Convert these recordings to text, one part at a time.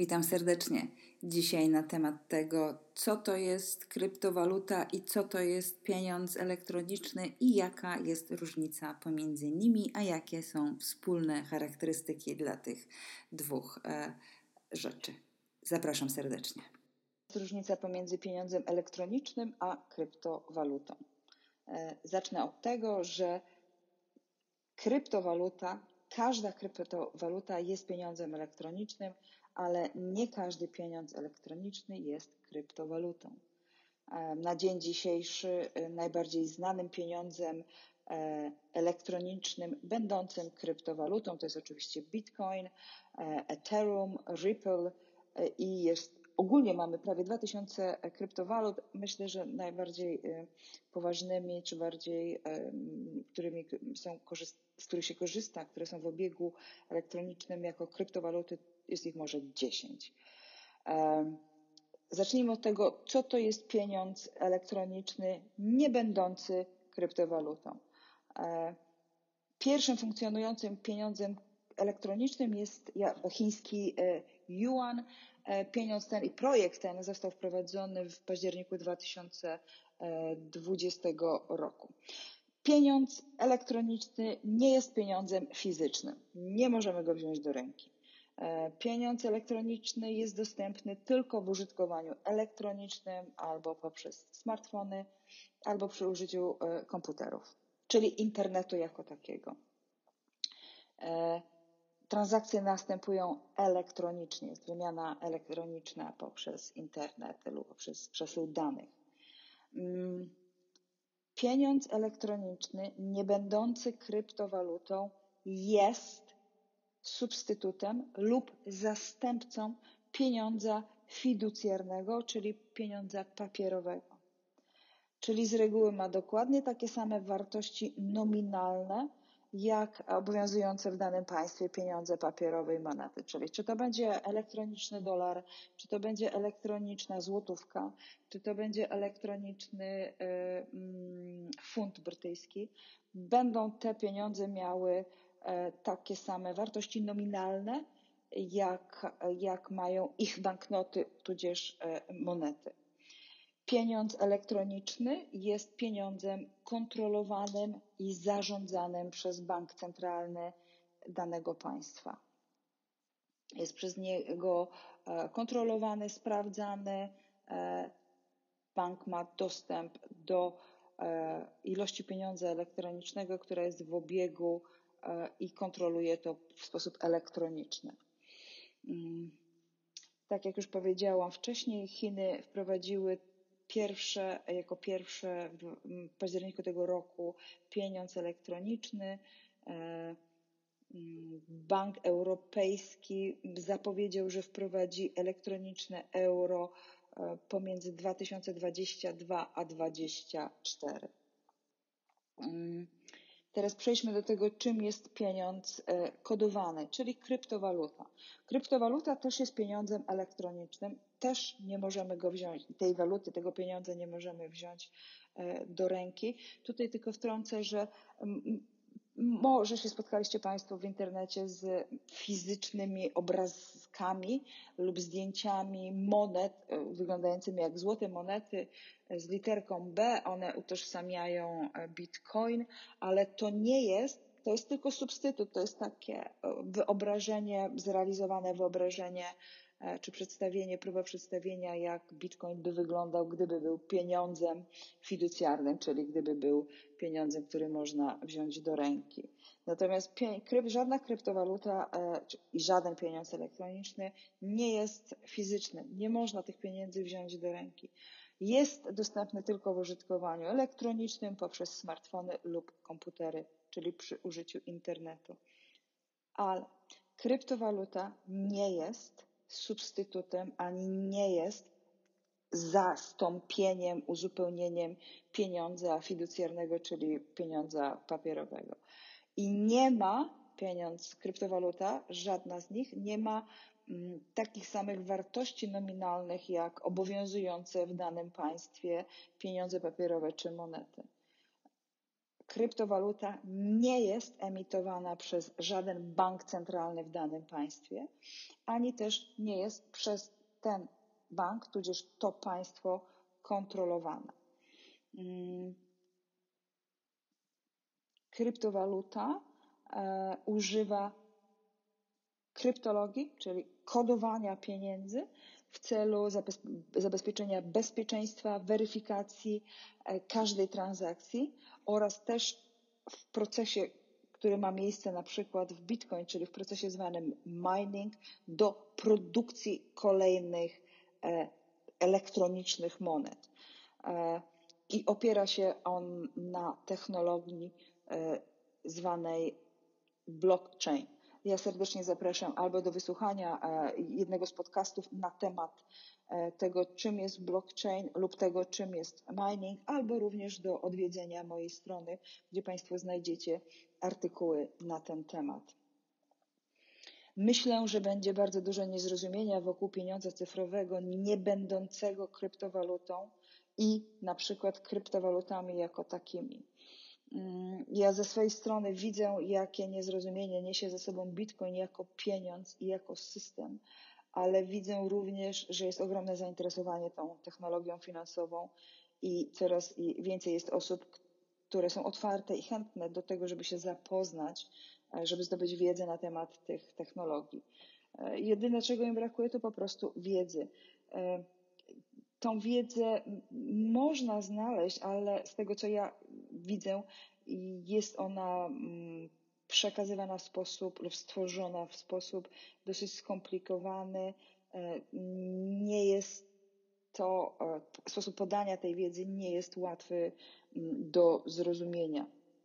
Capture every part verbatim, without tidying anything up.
Witam serdecznie. Dzisiaj na temat tego, co to jest kryptowaluta i co to jest pieniądz elektroniczny i jaka jest różnica pomiędzy nimi, a jakie są wspólne charakterystyki dla tych dwóch e, rzeczy. Zapraszam serdecznie. Jest różnica pomiędzy pieniądzem elektronicznym a kryptowalutą. E, zacznę od tego, że kryptowaluta, każda kryptowaluta jest pieniądzem elektronicznym, ale nie każdy pieniądz elektroniczny jest kryptowalutą. E, na dzień dzisiejszy e, najbardziej znanym pieniądzem e, elektronicznym będącym kryptowalutą to jest oczywiście Bitcoin, e, Ethereum, Ripple e, i jest ogólnie mamy prawie dwa tysiące kryptowalut. Myślę, że najbardziej poważnymi, czy bardziej, którymi są, z których się korzysta, które są w obiegu elektronicznym jako kryptowaluty, jest ich może dziesięć. Zacznijmy od tego, co to jest pieniądz elektroniczny nie będący kryptowalutą. Pierwszym funkcjonującym pieniądzem elektronicznym jest chiński yuan. Pieniądz ten i projekt ten został wprowadzony w październiku dwa tysiące dwudziestego roku. Pieniądz elektroniczny nie jest pieniądzem fizycznym. Nie możemy go wziąć do ręki. Pieniądz elektroniczny jest dostępny tylko w użytkowaniu elektronicznym albo poprzez smartfony, albo przy użyciu komputerów, czyli internetu jako takiego. Transakcje następują elektronicznie, jest wymiana elektroniczna poprzez internet lub poprzez przesył danych. Pieniądz elektroniczny nie będący kryptowalutą jest substytutem lub zastępcą pieniądza fiducjarnego, czyli pieniądza papierowego. Czyli z reguły ma dokładnie takie same wartości nominalne, jak obowiązujące w danym państwie pieniądze papierowe i monety. Czyli czy to będzie elektroniczny dolar, czy to będzie elektroniczna złotówka, czy to będzie elektroniczny funt brytyjski, będą te pieniądze miały takie same wartości nominalne, jak, jak mają ich banknoty, tudzież monety. Pieniądz elektroniczny jest pieniądzem kontrolowanym i zarządzanym przez bank centralny danego państwa. Jest przez niego kontrolowany, sprawdzany. Bank ma dostęp do ilości pieniądza elektronicznego, która jest w obiegu i kontroluje to w sposób elektroniczny. Tak jak już powiedziałam wcześniej, Chiny wprowadziły Pierwsze, jako pierwsze w październiku tego roku pieniądz elektroniczny. Bank Europejski zapowiedział, że wprowadzi elektroniczne euro pomiędzy dwa tysiące dwudziestym drugim a dwa tysiące dwudziestym czwartym. Teraz przejdźmy do tego, czym jest pieniądz kodowany, czyli kryptowaluta. Kryptowaluta też jest pieniądzem elektronicznym, też nie możemy go wziąć, tej waluty, tego pieniądza nie możemy wziąć do ręki. Tutaj tylko wtrącę, że może się spotkaliście Państwo w internecie z fizycznymi obrazkami lub zdjęciami monet wyglądającymi jak złote monety z literką B. One utożsamiają Bitcoin, ale to nie jest, to jest tylko substytut, to jest takie wyobrażenie, zrealizowane wyobrażenie czy przedstawienie, próba przedstawienia, jak Bitcoin by wyglądał, gdyby był pieniądzem fiducjarnym, czyli gdyby był pieniądzem, który można wziąć do ręki. Natomiast żadna kryptowaluta i żaden pieniądz elektroniczny nie jest fizyczny. Nie można tych pieniędzy wziąć do ręki. Jest dostępny tylko w użytkowaniu elektronicznym poprzez smartfony lub komputery, czyli przy użyciu internetu. Ale kryptowaluta nie jest substytutem ani nie jest zastąpieniem, uzupełnieniem pieniądza fiducjarnego, czyli pieniądza papierowego. I nie ma pieniądz, kryptowaluta, żadna z nich nie ma m, takich samych wartości nominalnych jak obowiązujące w danym państwie pieniądze papierowe czy monety. kryptowaluta nie jest emitowana przez żaden bank centralny w danym państwie, ani też nie jest przez ten bank, tudzież to państwo kontrolowana. Kryptowaluta e, używa kryptologii, czyli kodowania pieniędzy w celu zabezpieczenia bezpieczeństwa, weryfikacji e, każdej transakcji oraz też w procesie, który ma miejsce na przykład w Bitcoin, czyli w procesie zwanym mining, do produkcji kolejnych e, elektronicznych monet. E, I opiera się on na technologii e, zwanej blockchain. Ja serdecznie zapraszam albo do wysłuchania jednego z podcastów na temat tego, czym jest blockchain lub tego, czym jest mining, albo również do odwiedzenia mojej strony, gdzie Państwo znajdziecie artykuły na ten temat. Myślę, że będzie bardzo dużo niezrozumienia wokół pieniądza cyfrowego, nie będącego kryptowalutą i na przykład kryptowalutami jako takimi. Ja ze swojej strony widzę, jakie niezrozumienie niesie ze sobą Bitcoin jako pieniądz i jako system, ale widzę również, że jest ogromne zainteresowanie tą technologią finansową i coraz więcej jest osób, które są otwarte i chętne do tego, żeby się zapoznać, żeby zdobyć wiedzę na temat tych technologii. Jedyne, czego im brakuje, to po prostu wiedzy. Tą wiedzę można znaleźć, ale z tego, co ja widzę, jest ona przekazywana w sposób lub stworzona w sposób dosyć skomplikowany. Nie jest to, sposób podania tej wiedzy nie jest łatwy do zrozumienia.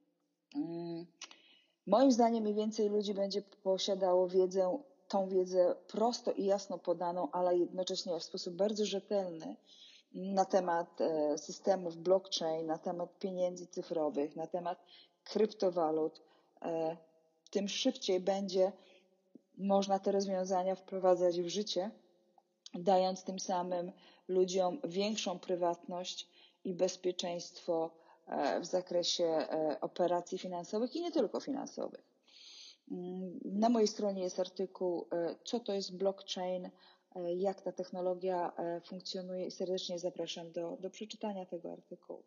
Moim zdaniem im więcej ludzi będzie posiadało wiedzę, tą wiedzę prosto i jasno podaną, ale jednocześnie w sposób bardzo rzetelny, na temat systemów blockchain, na temat pieniędzy cyfrowych, na temat kryptowalut, tym szybciej będzie można te rozwiązania wprowadzać w życie, dając tym samym ludziom większą prywatność i bezpieczeństwo w zakresie operacji finansowych i nie tylko finansowych. Na mojej stronie jest artykuł, co to jest blockchain, jak ta technologia funkcjonuje i serdecznie zapraszam do, do przeczytania tego artykułu.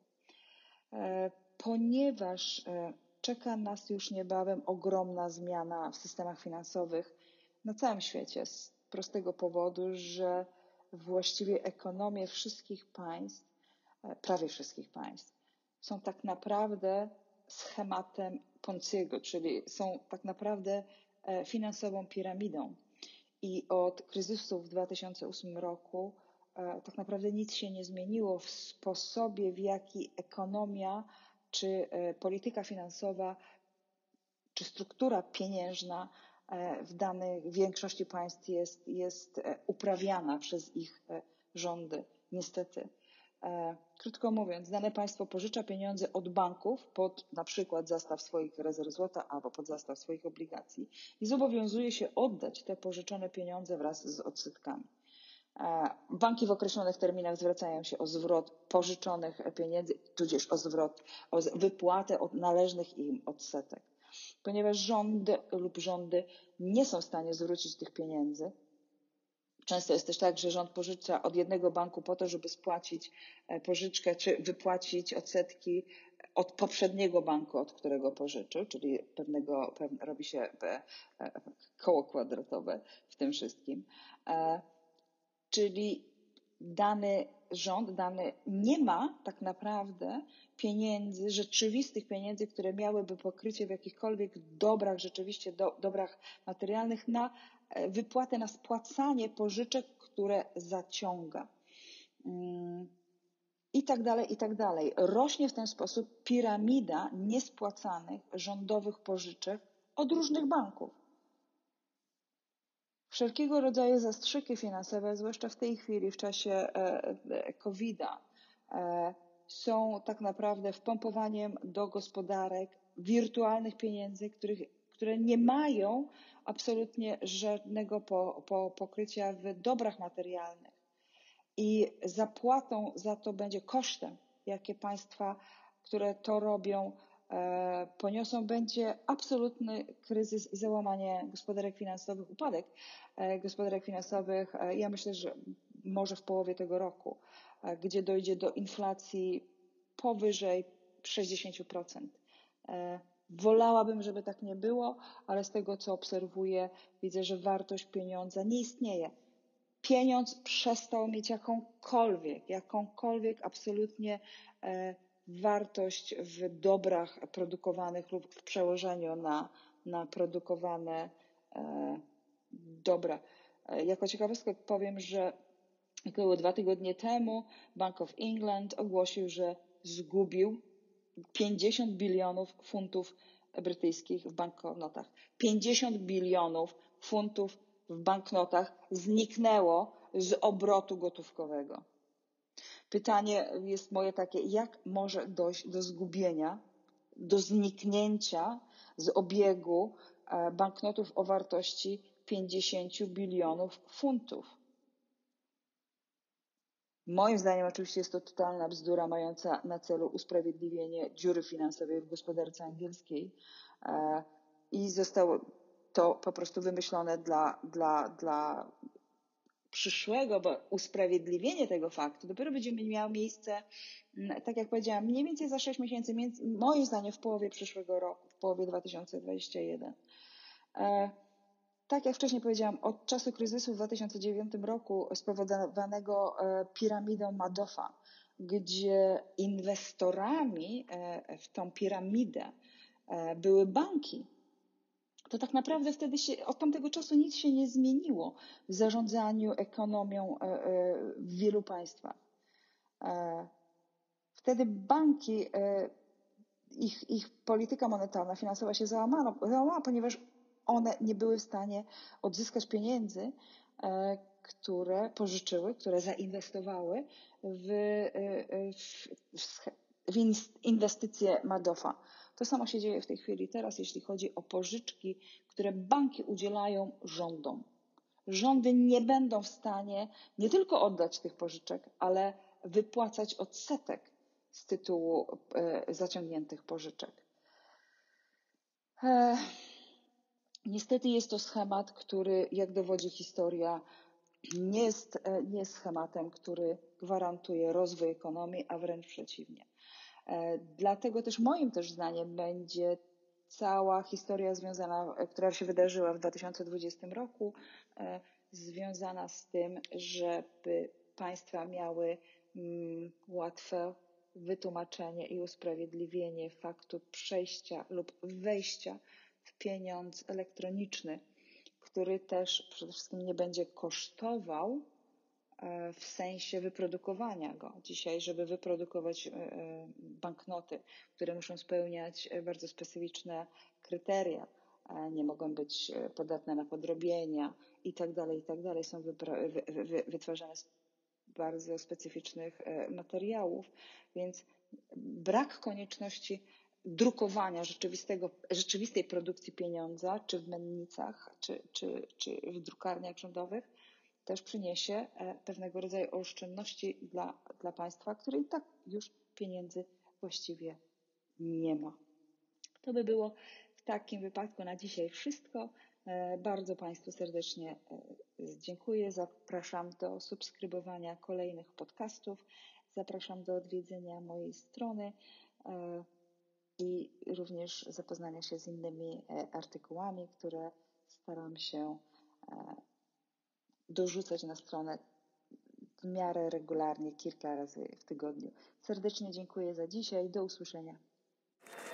Ponieważ czeka nas już niebawem ogromna zmiana w systemach finansowych na całym świecie z prostego powodu, że właściwie ekonomie wszystkich państw, prawie wszystkich państw, są tak naprawdę schematem Ponciego, czyli są tak naprawdę finansową piramidą. I od kryzysu w dwa tysiące ósmym roku tak naprawdę nic się nie zmieniło w sposobie, w jaki ekonomia, czy polityka finansowa, czy struktura pieniężna w danej większości państw jest, jest uprawiana przez ich rządy. Niestety. Krótko mówiąc, dane państwo pożycza pieniądze od banków pod na przykład zastaw swoich rezerw złota albo pod zastaw swoich obligacji i zobowiązuje się oddać te pożyczone pieniądze wraz z odsetkami. Banki w określonych terminach zwracają się o zwrot pożyczonych pieniędzy, tudzież o zwrot, o wypłatę od należnych im odsetek. Ponieważ rządy lub rządy nie są w stanie zwrócić tych pieniędzy, często jest też tak, że rząd pożycza od jednego banku po to, żeby spłacić pożyczkę, czy wypłacić odsetki od poprzedniego banku, od którego pożyczył, czyli pewnego, pewne, robi się koło kwadratowe w tym wszystkim. Czyli dany rząd, dany nie ma tak naprawdę pieniędzy, rzeczywistych pieniędzy, które miałyby pokrycie w jakichkolwiek dobrach, rzeczywiście do, dobrach materialnych na wypłatę, na spłacanie pożyczek, które zaciąga. I tak dalej, i tak dalej. Rośnie w ten sposób piramida niespłacanych rządowych pożyczek od różnych banków. Wszelkiego rodzaju zastrzyki finansowe, zwłaszcza w tej chwili, w czasie kowida, są tak naprawdę wpompowaniem do gospodarek wirtualnych pieniędzy, których, które nie mają absolutnie żadnego po, po, pokrycia w dobrach materialnych. I zapłatą za to będzie kosztem, jakie państwa, które to robią, poniosą, będzie absolutny kryzys i załamanie gospodarek finansowych, upadek gospodarek finansowych. Ja myślę, że może w połowie tego roku, gdzie dojdzie do inflacji powyżej sześćdziesiąt procent. Wolałabym, żeby tak nie było, ale z tego, co obserwuję, widzę, że wartość pieniądza nie istnieje. Pieniądz przestał mieć jakąkolwiek, jakąkolwiek absolutnie wartość w dobrach produkowanych lub w przełożeniu na, na produkowane dobra. Jako ciekawostkę powiem, że około dwa tygodnie temu Bank of England ogłosił, że zgubił pięćdziesiąt bilionów funtów brytyjskich w banknotach. pięćdziesiąt bilionów funtów w banknotach zniknęło z obrotu gotówkowego. Pytanie jest moje takie, jak może dojść do zgubienia, do zniknięcia z obiegu banknotów o wartości pięćdziesiąt bilionów funtów? Moim zdaniem oczywiście jest to totalna bzdura mająca na celu usprawiedliwienie dziury finansowej w gospodarce angielskiej i zostało to po prostu wymyślone dla, dla, dla przyszłego, bo usprawiedliwienie tego faktu dopiero będzie miało miejsce, tak jak powiedziałam, mniej więcej za sześć miesięcy, moim zdaniem w połowie przyszłego roku, w połowie dwa tysiące dwudziestego pierwszego. Tak jak wcześniej powiedziałam, od czasu kryzysu w dwa tysiące dziewiątym roku spowodowanego piramidą Madoffa, gdzie inwestorami w tą piramidę były banki, to tak naprawdę wtedy się, od tamtego czasu nic się nie zmieniło w zarządzaniu ekonomią w wielu państwach. Wtedy banki, ich, ich polityka monetarna, finansowa się załamała, załamała, ponieważ one nie były w stanie odzyskać pieniędzy, które pożyczyły, które zainwestowały w, w, w inwestycje Madoffa. To samo się dzieje w tej chwili teraz, jeśli chodzi o pożyczki, które banki udzielają rządom. Rządy nie będą w stanie nie tylko oddać tych pożyczek, ale wypłacać odsetek z tytułu zaciągniętych pożyczek. Niestety jest to schemat, który, jak dowodzi historia, nie jest, nie jest schematem, który gwarantuje rozwój ekonomii, a wręcz przeciwnie. Dlatego też moim też zdaniem będzie cała historia związana, która się wydarzyła w dwa tysiące dwudziestym roku, związana z tym, żeby państwa miały łatwe wytłumaczenie i usprawiedliwienie faktu przejścia lub wejścia w pieniądz elektroniczny, który też przede wszystkim nie będzie kosztował w sensie wyprodukowania go. Dzisiaj, żeby wyprodukować banknoty, które muszą spełniać bardzo specyficzne kryteria, nie mogą być podatne na podrobienia i tak dalej, i tak dalej, są wytwarzane z bardzo specyficznych materiałów, więc brak konieczności drukowania rzeczywistego, rzeczywistej produkcji pieniądza, czy w mennicach, czy, czy, czy w drukarniach rządowych, też przyniesie pewnego rodzaju oszczędności dla, dla państwa, które i tak już pieniędzy właściwie nie ma. To by było w takim wypadku na dzisiaj wszystko. Bardzo Państwu serdecznie dziękuję. Zapraszam do subskrybowania kolejnych podcastów. Zapraszam do odwiedzenia mojej strony i również zapoznania się z innymi artykułami, które staram się dorzucać na stronę w miarę regularnie, kilka razy w tygodniu. Serdecznie dziękuję za dzisiaj. Do usłyszenia.